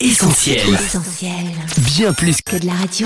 Essentiel. Bien plus que de la radio.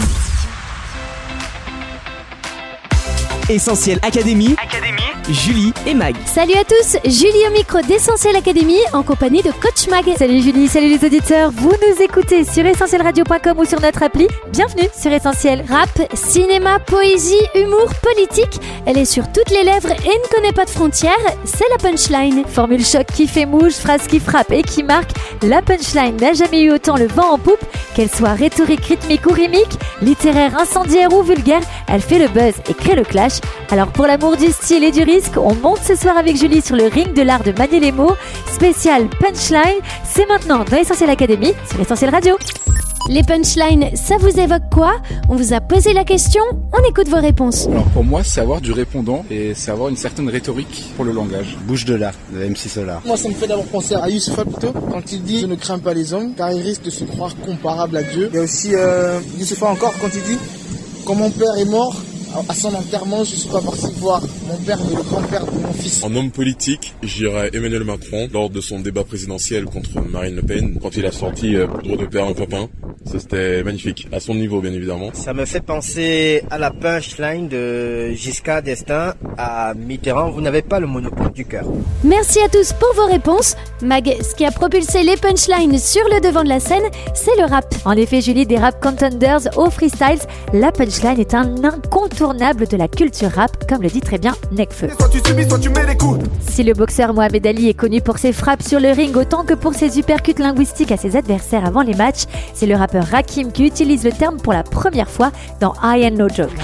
Essentiel Académie, Julie et Mag. Salut à tous, Julie au micro d'Essentiel Académie en compagnie de Coach Mag. Salut Julie, salut les auditeurs, vous nous écoutez sur essentielradio.com ou sur notre appli. Bienvenue sur Essentiel. Rap, cinéma, poésie, humour, politique, elle est sur toutes les lèvres et ne connaît pas de frontières, c'est la punchline. Formule choc qui fait mouche, phrase qui frappe et qui marque, la punchline n'a jamais eu autant le vent en poupe, qu'elle soit rhétorique, rythmique ou rimique, littéraire, incendiaire ou vulgaire, elle fait le buzz et crée le clash. Alors pour l'amour du style et du risque, on monte ce soir avec Julie sur le ring de l'art de manier les mots. Spécial punchline, c'est maintenant dans Essentiel Académie sur Essentiel Radio. Les punchlines, ça vous évoque quoi? On vous a posé la question, on écoute vos réponses. Alors pour moi, c'est avoir du répondant et c'est avoir une certaine rhétorique pour le langage. Bouche de là, de MC Solar. Moi, ça me fait d'abord penser à Youssoupha plutôt, quand il dit « Je ne crains pas les hommes, car ils risquent de se croire comparables à Dieu ». Il y a aussi Youssoupha encore quand il dit « Quand mon père est mort, à son enterrement, je ne suis pas parti voir mon père, mais le grand-père de mon fils. » En homme politique, je dirais Emmanuel Macron, lors de son débat présidentiel contre Marine Le Pen, quand il a sorti droit de père un copain. Ça, c'était magnifique, à son niveau bien évidemment. Ça me fait penser à la punchline de Giscard d'Estaing à Mitterrand, vous n'avez pas le monopole du cœur. Merci à tous pour vos réponses. Mag, ce qui a propulsé les punchlines sur le devant de la scène, c'est le rap. En effet, Julie, des rap contenders aux freestyles, la punchline est un incontournable de la culture rap, comme le dit très bien Nekfeu. Soit tu subis, soit tu mets les coups. Si le boxeur Mohamed Ali est connu pour ses frappes sur le ring autant que pour ses uppercuts linguistiques à ses adversaires avant les matchs, c'est le rappeur Rakim qui utilise le terme pour la première fois dans I Ain't No Joke.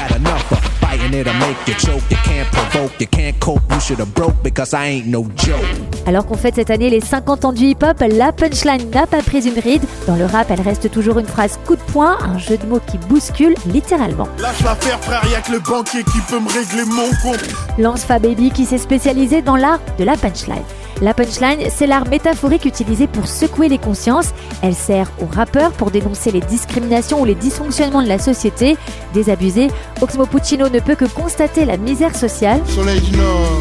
Alors qu'on fête cette année les 50 ans du hip-hop, la punchline n'a pas pris une ride. Dans le rap, elle reste toujours une phrase coup de poing, un jeu de mots qui bouscule littéralement. Lâche l'affaire frère, y'a que le banquier qui peut me régler mon compte. Lance Fa Baby qui s'est spécialisé dans l'art de la punchline. La punchline, c'est l'art métaphorique utilisé pour secouer les consciences. Elle sert aux rappeurs pour dénoncer les discriminations ou les dysfonctionnements de la société. Désabusé, Oxmo Puccino ne peut que constater la misère sociale. Soleil du Nord,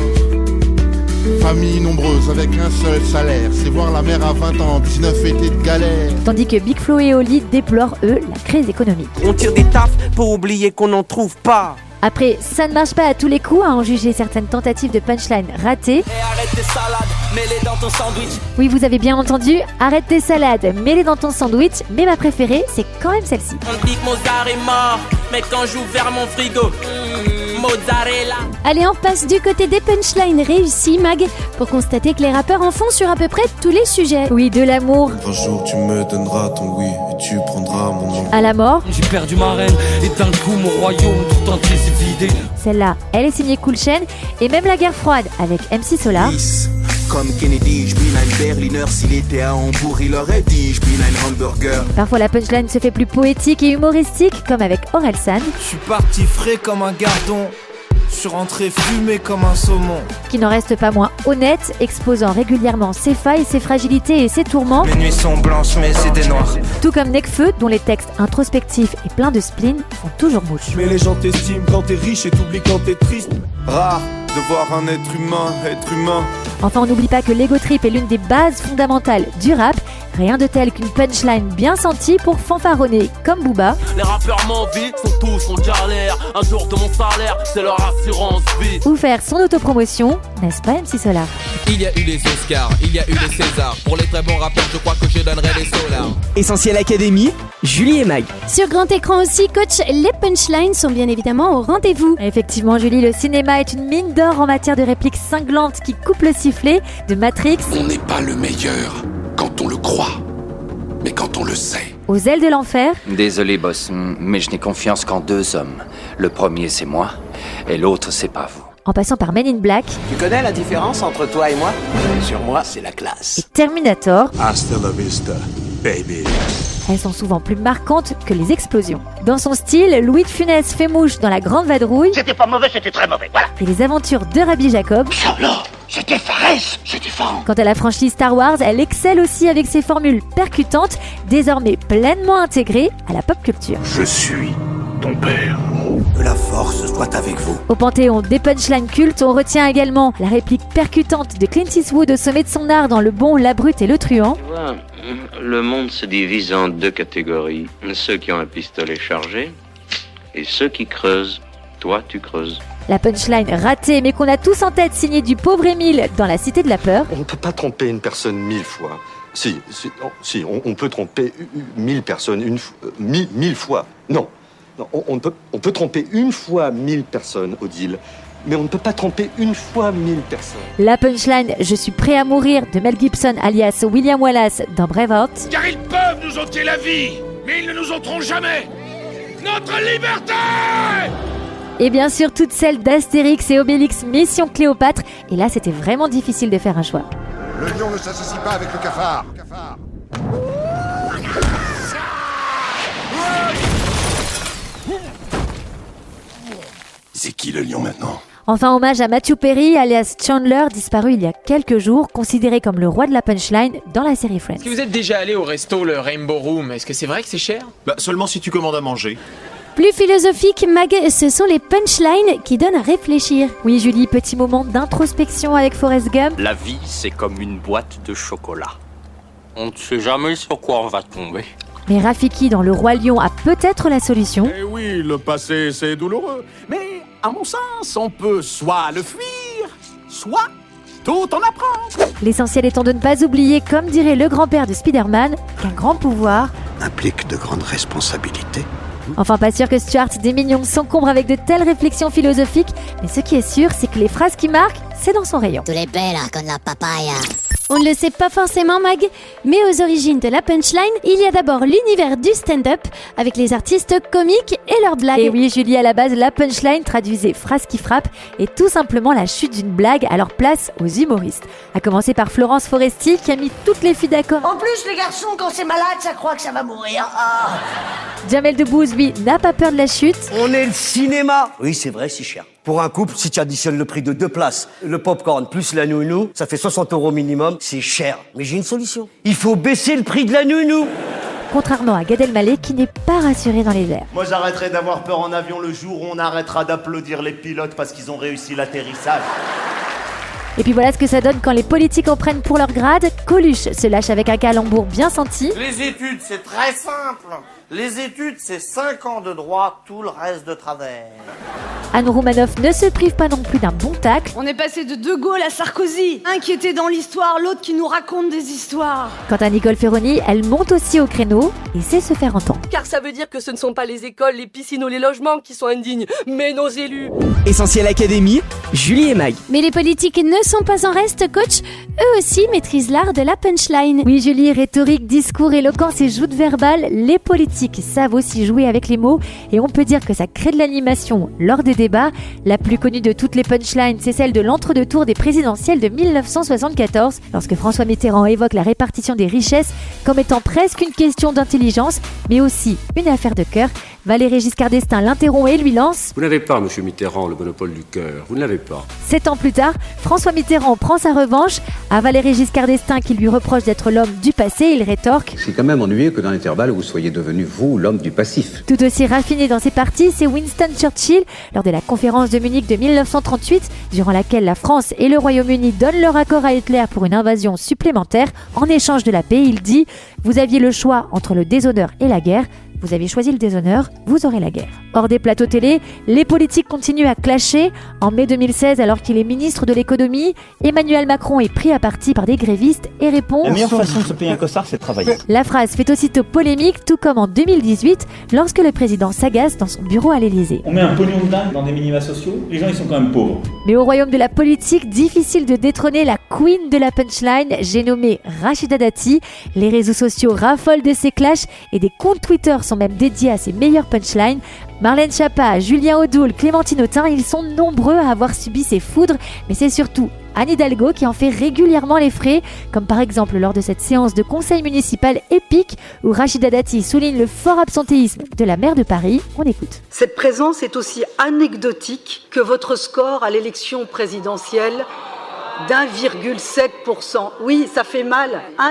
famille nombreuse avec un seul salaire. C'est voir la mer à 20 ans, 19 étés de galère. Tandis que Big Flo et Oli déplorent, eux, la crise économique. On tire des tafs pour oublier qu'on n'en trouve pas. Après, ça ne marche pas à tous les coups, à en juger certaines tentatives de punchline ratées. Et arrête tes salades, mets-les dans ton sandwich. Oui, vous avez bien entendu, arrête tes salades, mets-les dans ton sandwich, mais ma préférée, c'est quand même celle-ci. On dit que Mozart est mort, mais quand j'ouvre mon frigo, mozzarella. Allez, on repasse du côté des punchlines réussies, Mag, pour constater que les rappeurs en font sur à peu près tous les sujets. Oui, de l'amour. Un jour tu me donneras ton oui et tu prendras mon nom. À la mort. J'ai perdu ma reine et d'un coup mon royaume tout entier s'est vidé. Celle-là, elle est signée Cool Chain et même la guerre froide avec MC Solar. Comme Kennedy, je bin un Berliner, s'il était à Hambourg, il aurait dit je bin un hamburger. Parfois la punchline se fait plus poétique et humoristique, comme avec Orelsan. Je suis parti frais comme un gardon. Je suis rentré fumé comme un saumon. Qui n'en reste pas moins honnête, exposant régulièrement ses failles, ses fragilités et ses tourments. Les nuits sont blanches mais c'est des noirs. Tout comme Nekfeu, dont les textes introspectifs et pleins de spleen font toujours mouche. Mais les gens t'estiment quand t'es riche et t'oublient quand t'es triste. Rare de voir un être humain. Enfin, on n'oublie pas que l'ego trip est l'une des bases fondamentales du rap. Rien de tel qu'une punchline bien sentie pour fanfaronner comme Booba. Les rappeurs m'envient, sont tous en galère. Un jour de mon salaire, c'est leur assurance vie. Ou faire son autopromotion, n'est-ce pas MC Solar? Il y a eu les Oscars, il y a eu les Césars. Pour les très bons rappeurs, je crois que je donnerai les Solars. Essentiel Académie, Julie et Mag. Sur grand écran aussi, coach, les punchlines sont bien évidemment au rendez-vous. Effectivement, Julie, le cinéma est une mine d'or en matière de répliques cinglantes qui coupent le sifflet de Matrix. On n'est pas le meilleur quand on le croit, mais quand on le sait. Aux ailes de l'enfer. Désolé, boss, mais je n'ai confiance qu'en deux hommes. Le premier, c'est moi, et l'autre, c'est pas vous. En passant par Men in Black. Tu connais la différence entre toi et moi? Sur moi, c'est la classe. Et Terminator. Hasta la vista, baby. Elles sont souvent plus marquantes que les explosions. Dans son style, Louis de Funès fait mouche dans La Grande Vadrouille. C'était pas mauvais, c'était très mauvais, voilà. Et les aventures de Rabbi Jacob. Ça là, c'était Fares, c'était fort. Quant à la franchise Star Wars, elle excelle aussi avec ses formules percutantes, désormais pleinement intégrées à la pop culture. Je suis ton père. Que la force soit avec vous. Au panthéon des punchlines cultes, on retient également la réplique percutante de Clint Eastwood au sommet de son art dans Le Bon, la Brute et le Truand. Tu vois, le monde se divise en deux catégories. Ceux qui ont un pistolet chargé et ceux qui creusent. Toi, tu creuses. La punchline ratée, mais qu'on a tous en tête, signée du pauvre Émile dans La Cité de la Peur. On ne peut pas tromper une personne 1000 fois. Si, on peut tromper 1000 personnes 1000 fois. Non, on peut tromper une fois 1000 personnes, Odile, mais on ne peut pas tromper une fois 1000 personnes. La punchline « Je suis prêt à mourir » de Mel Gibson alias William Wallace dans Braveheart. Car ils peuvent nous ôter la vie, mais ils ne nous ôteront jamais notre liberté. Et bien sûr, toutes celles d'Astérix et Obélix Mission Cléopâtre. Et là, c'était vraiment difficile de faire un choix. Le lion ne s'associe pas avec le cafard. C'est qui le lion maintenant? Enfin, hommage à Matthew Perry, alias Chandler, disparu il y a quelques jours, considéré comme le roi de la punchline dans la série Friends. Est-ce que vous êtes déjà allé au resto, le Rainbow Room? Est-ce que c'est vrai que c'est cher? Seulement si tu commandes à manger. Plus philosophique, Mag, ce sont les punchlines qui donnent à réfléchir. Oui, Julie, petit moment d'introspection avec Forrest Gump. La vie, c'est comme une boîte de chocolat. On ne sait jamais sur quoi on va tomber. Mais Rafiki dans Le Roi Lion a peut-être la solution. Eh oui, le passé, c'est douloureux. Mais, à mon sens, on peut soit le fuir, soit tout en apprendre. L'essentiel étant de ne pas oublier, comme dirait le grand-père de Spider-Man, qu'un grand pouvoir implique de grandes responsabilités. Enfin, pas sûr que Stuart des Mignons s'encombre avec de telles réflexions philosophiques, mais ce qui est sûr, c'est que les phrases qui marquent, c'est dans son rayon. Tu les belles comme la papaya. On ne le sait pas forcément, Mag, mais aux origines de la punchline, il y a d'abord l'univers du stand-up, avec les artistes comiques et leurs blagues. Et oui, Julie, à la base, la punchline traduisait phrase qui frappe et tout simplement la chute d'une blague, alors place aux humoristes. À commencer par Florence Foresti, qui a mis toutes les filles d'accord. En plus, les garçons, quand c'est malade, ça croit que ça va mourir. Ah. Jamel Debbouze, lui, n'a pas peur de la chute. On est le cinéma. Oui, c'est vrai, c'est cher. Pour un couple, si tu additionnes le prix de 2 places, le popcorn plus la nounou, ça fait 60 € minimum. C'est cher. Mais j'ai une solution. Il faut baisser le prix de la nounou. Contrairement à Gad Elmaleh, qui n'est pas rassuré dans les airs. Moi, j'arrêterai d'avoir peur en avion le jour où on arrêtera d'applaudir les pilotes parce qu'ils ont réussi l'atterrissage. Et puis voilà ce que ça donne quand les politiques en prennent pour leur grade. Coluche se lâche avec un calembour bien senti. Les études, c'est très simple. Les études, c'est 5 ans de droit, tout le reste de travers. Anne Roumanoff ne se prive pas non plus d'un bon tacle. On est passé de De Gaulle à Sarkozy. Un qui était dans l'histoire, l'autre qui nous raconte des histoires. Quant à Nicole Ferroni, elle monte aussi au créneau et sait se faire entendre. Car ça veut dire que ce ne sont pas les écoles, les piscines ou les logements qui sont indignes, mais nos élus. Essentiel Académie, Julie et Mag. Mais les politiques ne sont pas en reste, coach. Eux aussi maîtrisent l'art de la punchline. Oui, Julie, rhétorique, discours, éloquence et joute verbale, les politiques savent aussi jouer avec les mots et on peut dire que ça crée de l'animation lors des débats. La plus connue de toutes les punchlines, c'est celle de l'entre-deux tours des présidentielles de 1974, lorsque François Mitterrand évoque la répartition des richesses comme étant presque une question d'intelligence, mais aussi une affaire de cœur. Valéry Giscard d'Estaing l'interrompt et lui lance « Vous n'avez pas, monsieur Mitterrand, le monopole du cœur. Vous ne l'avez pas. » 7 ans plus tard, François Mitterrand prend sa revanche. À Valéry Giscard d'Estaing qui lui reproche d'être l'homme du passé, il rétorque « C'est quand même ennuyeux que dans l'intervalle, vous soyez devenu, vous, l'homme du passif. » Tout aussi raffiné dans ses parties, c'est Winston Churchill, lors de la conférence de Munich de 1938, durant laquelle la France et le Royaume-Uni donnent leur accord à Hitler pour une invasion supplémentaire. En échange de la paix, il dit « Vous aviez le choix entre le déshonneur et la guerre. Vous avez choisi le déshonneur, vous aurez la guerre. » Hors des plateaux télé, les politiques continuent à clasher. En mai 2016, alors qu'il est ministre de l'économie, Emmanuel Macron est pris à partie par des grévistes et répond « La meilleure façon de se payer un costard, c'est de travailler. » La phrase fait aussitôt polémique, tout comme en 2018, lorsque le président s'agace dans son bureau à l'Élysée. On met un pognon de dingue dans des minima sociaux, les gens ils sont quand même pauvres. Mais au royaume de la politique, difficile de détrôner la queen de la punchline, j'ai nommé Rachida Dati. Les réseaux sociaux raffolent de ses clashs et des comptes Twitter sont même dédiés à ses meilleures punchlines. Marlène Schiappa, Julien Audoul, Clémentine Autain, ils sont nombreux à avoir subi ces foudres, mais c'est surtout Anne Hidalgo qui en fait régulièrement les frais, comme par exemple lors de cette séance de conseil municipal épique où Rachida Dati souligne le fort absentéisme de la maire de Paris. On écoute. Cette présence est aussi anecdotique que votre score à l'élection présidentielle d'1,7%. Oui, ça fait mal.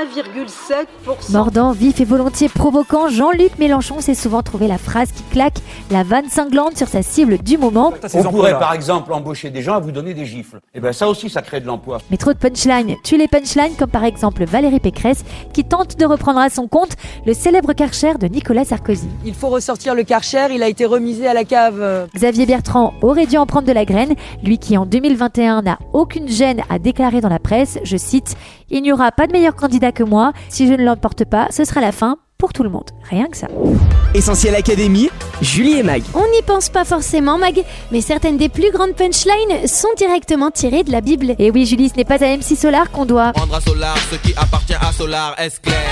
1,7%. Mordant, vif et volontiers provoquant, Jean-Luc Mélenchon s'est souvent trouvé la phrase qui claque, la vanne cinglante sur sa cible du moment. On pourrait par exemple embaucher des gens à vous donner des gifles. Et bien ça aussi, ça crée de l'emploi. Mais trop de punchlines tue les punchlines, comme par exemple Valérie Pécresse qui tente de reprendre à son compte le célèbre Karcher de Nicolas Sarkozy. Il faut ressortir le Karcher, il a été remisé à la cave. Xavier Bertrand aurait dû en prendre de la graine, lui qui en 2021 n'a aucune gêne à déclarer dans la presse, je cite, « Il n'y aura pas de meilleur candidat que moi, si je ne l'emporte pas, ce sera la fin pour tout le monde. » Rien que ça. Essentiel Académie, Julie et Mag. On n'y pense pas forcément, Mag, mais certaines des plus grandes punchlines sont directement tirées de la Bible. Et oui, Julie, ce n'est pas à MC Solar qu'on doit rendre à Solar ce qui appartient à Solar, est-ce clair?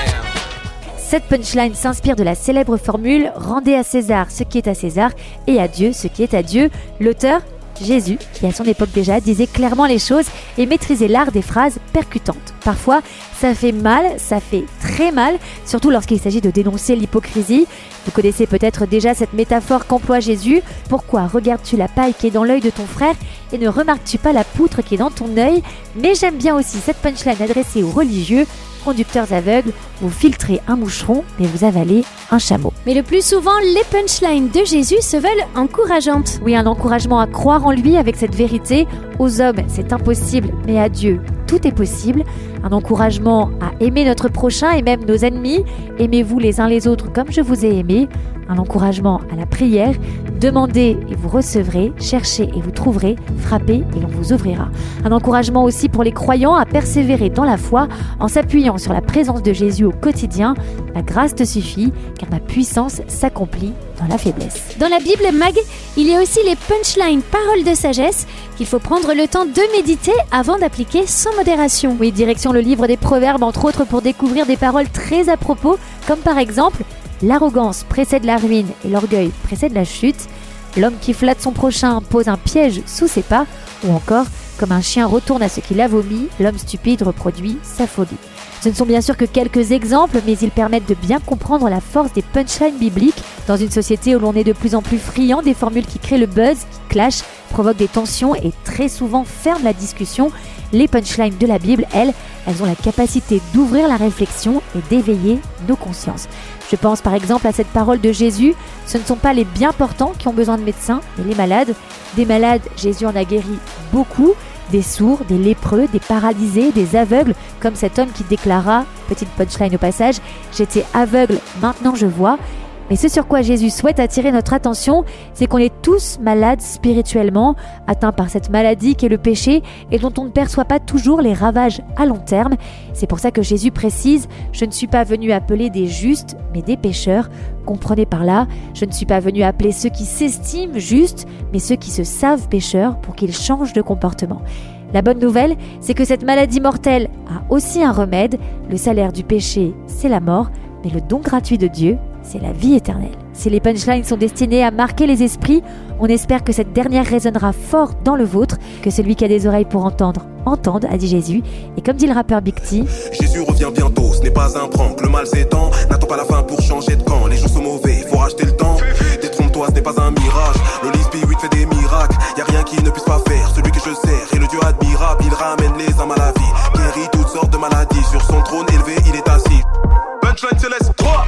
Cette punchline s'inspire de la célèbre formule « Rendez à César ce qui est à César et à Dieu ce qui est à Dieu ». L'auteur, Jésus, qui à son époque déjà disait clairement les choses et maîtrisait l'art des phrases percutantes. Parfois, ça fait mal, ça fait très mal, surtout lorsqu'il s'agit de dénoncer l'hypocrisie. Vous connaissez peut-être déjà cette métaphore qu'emploie Jésus. Pourquoi regardes-tu la paille qui est dans l'œil de ton frère et ne remarques-tu pas la poutre qui est dans ton œil? Mais j'aime bien aussi cette punchline adressée aux religieux. Conducteurs aveugles, vous filtrez un moucheron, mais vous avalez un chameau. Mais le plus souvent, les punchlines de Jésus se veulent encourageantes. Oui, un encouragement à croire en lui avec cette vérité. Aux hommes, c'est impossible, mais à Dieu, tout est possible. Un encouragement à aimer notre prochain et même nos ennemis. Aimez-vous les uns les autres comme je vous ai aimé. Un encouragement à la prière. Demandez et vous recevrez, cherchez et vous trouverez, frappez et l'on vous ouvrira. Un encouragement aussi pour les croyants à persévérer dans la foi en s'appuyant sur la présence de Jésus au quotidien. La grâce te suffit car ma puissance s'accomplit dans la faiblesse. Dans la Bible, Mag, il y a aussi les punchlines paroles de sagesse qu'il faut prendre le temps de méditer avant d'appliquer sans modération. Oui, direction le livre des Proverbes, entre autres pour découvrir des paroles très à propos, comme par exemple « L'arrogance précède la ruine et l'orgueil précède la chute. L'homme qui flatte son prochain pose un piège sous ses pas. » Ou encore « Comme un chien retourne à ce qu'il a vomi, l'homme stupide reproduit sa folie. » Ce ne sont bien sûr que quelques exemples, mais ils permettent de bien comprendre la force des punchlines bibliques dans une société où l'on est de plus en plus friand des formules qui créent le buzz, qui clashent, provoquent des tensions et très souvent ferment la discussion. Les punchlines de la Bible, elles ont la capacité d'ouvrir la réflexion et d'éveiller nos consciences. Je pense par exemple à cette parole de Jésus, ce ne sont pas les bien portants qui ont besoin de médecins, mais les malades. Des malades, Jésus en a guéri beaucoup, des sourds, des lépreux, des paralysés, des aveugles, comme cet homme qui déclara, petite punchline au passage, « J'étais aveugle, maintenant je vois ». Mais ce sur quoi Jésus souhaite attirer notre attention, c'est qu'on est tous malades spirituellement, atteints par cette maladie qu'est le péché et dont on ne perçoit pas toujours les ravages à long terme. C'est pour ça que Jésus précise « Je ne suis pas venu appeler des justes, mais des pécheurs ». Comprenez par là, je ne suis pas venu appeler ceux qui s'estiment justes, mais ceux qui se savent pécheurs pour qu'ils changent de comportement. La bonne nouvelle, c'est que cette maladie mortelle a aussi un remède. Le salaire du péché, c'est la mort, mais le don gratuit de Dieu, c'est la vie éternelle. Si les punchlines sont destinées à marquer les esprits, on espère que cette dernière résonnera fort dans le vôtre, que celui qui a des oreilles pour entendre, entende, a dit Jésus. Et comme dit le rappeur Big T, Jésus revient bientôt, ce n'est pas un prank, le mal s'étend, n'attends pas la fin pour changer de camp, les gens sont mauvais, faut racheter le temps, détrompe-toi, ce n'est pas un mirage, le Lispi 8 fait des miracles, y a rien qui ne puisse pas faire, celui que je sers est le Dieu admirable, il ramène les âmes à la vie, guérit toutes sortes de maladies, sur son trône élevé, il est assis. Punchline Céleste 3.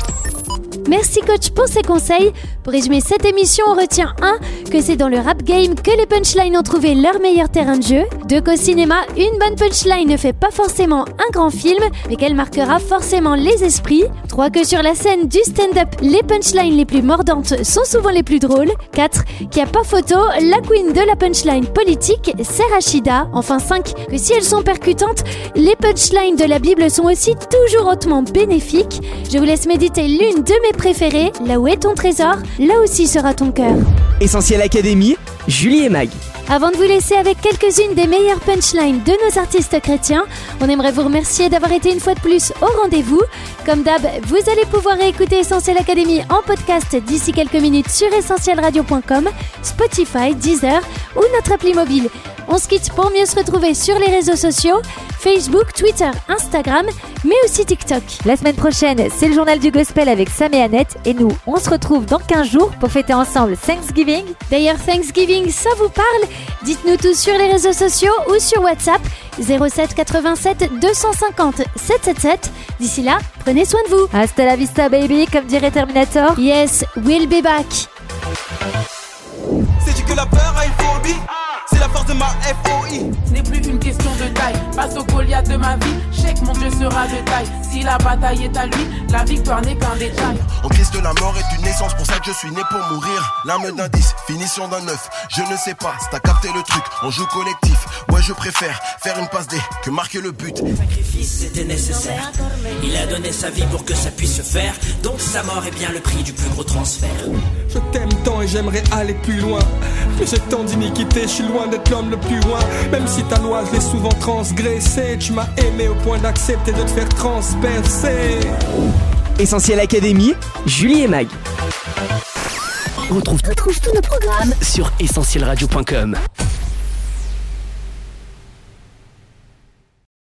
Merci coach pour ces conseils. Pour résumer cette émission, on retient 1. Que c'est dans le rap game que les punchlines ont trouvé leur meilleur terrain de jeu. 2. Qu'au cinéma, une bonne punchline ne fait pas forcément un grand film, mais qu'elle marquera forcément les esprits. 3. Que sur la scène du stand-up, les punchlines les plus mordantes sont souvent les plus drôles. 4. Qu'il n'y a pas photo, la queen de la punchline politique, c'est Rachida. Enfin 5. Que si elles sont percutantes, les punchlines de la Bible sont aussi toujours hautement bénéfiques. Je vous laisse méditer l'une de mes préférées, là où est ton trésor, là aussi sera ton cœur. Essentiel Académie, Julie et Mag. Avant de vous laisser avec quelques-unes des meilleures punchlines de nos artistes chrétiens, on aimerait vous remercier d'avoir été une fois de plus au rendez-vous. Comme d'hab, vous allez pouvoir écouter Essentiel Académie en podcast d'ici quelques minutes sur essentielradio.com, Spotify, Deezer ou notre appli mobile. On se quitte pour mieux se retrouver sur les réseaux sociaux, Facebook, Twitter, Instagram, mais aussi TikTok. La semaine prochaine, c'est le journal du gospel avec Sam et Annette. Et nous, on se retrouve dans 15 jours pour fêter ensemble Thanksgiving. D'ailleurs, Thanksgiving, ça vous parle? Dites-nous tout sur les réseaux sociaux ou sur WhatsApp 07 87 250 777. D'ici là, prenez soin de vous. Hasta la vista, baby, comme dirait Terminator. Yes, we'll be back. C'est que la peur a une phobie. C'est la force de ma FOI. Ce n'est plus une question de taille. Face au Goliath de ma vie, je sais que mon Dieu sera de taille. Si la bataille est à lui, la victoire n'est qu'un détail. En Christ la mort est une naissance, pour ça que je suis né pour mourir. L'âme d'un 10, finition d'un 9. Je ne sais pas si t'as capté le truc, on joue collectif. Ouais, je préfère faire une passe D que marquer le but. Le sacrifice était nécessaire. Il a donné sa vie pour que ça puisse se faire. Donc sa mort est bien le prix du plus gros transfert. Je t'aime tant et j'aimerais aller plus loin. Mais j'ai tant d'iniquité, je suis loin d'être l'homme le plus loin. Même si ta loi je l'ai souvent transgressée, tu m'as aimé au point d'accepter de te faire transpercer. Essentiel Académie, Julie et Mag. On retrouve tous nos programmes sur essentielradio.com.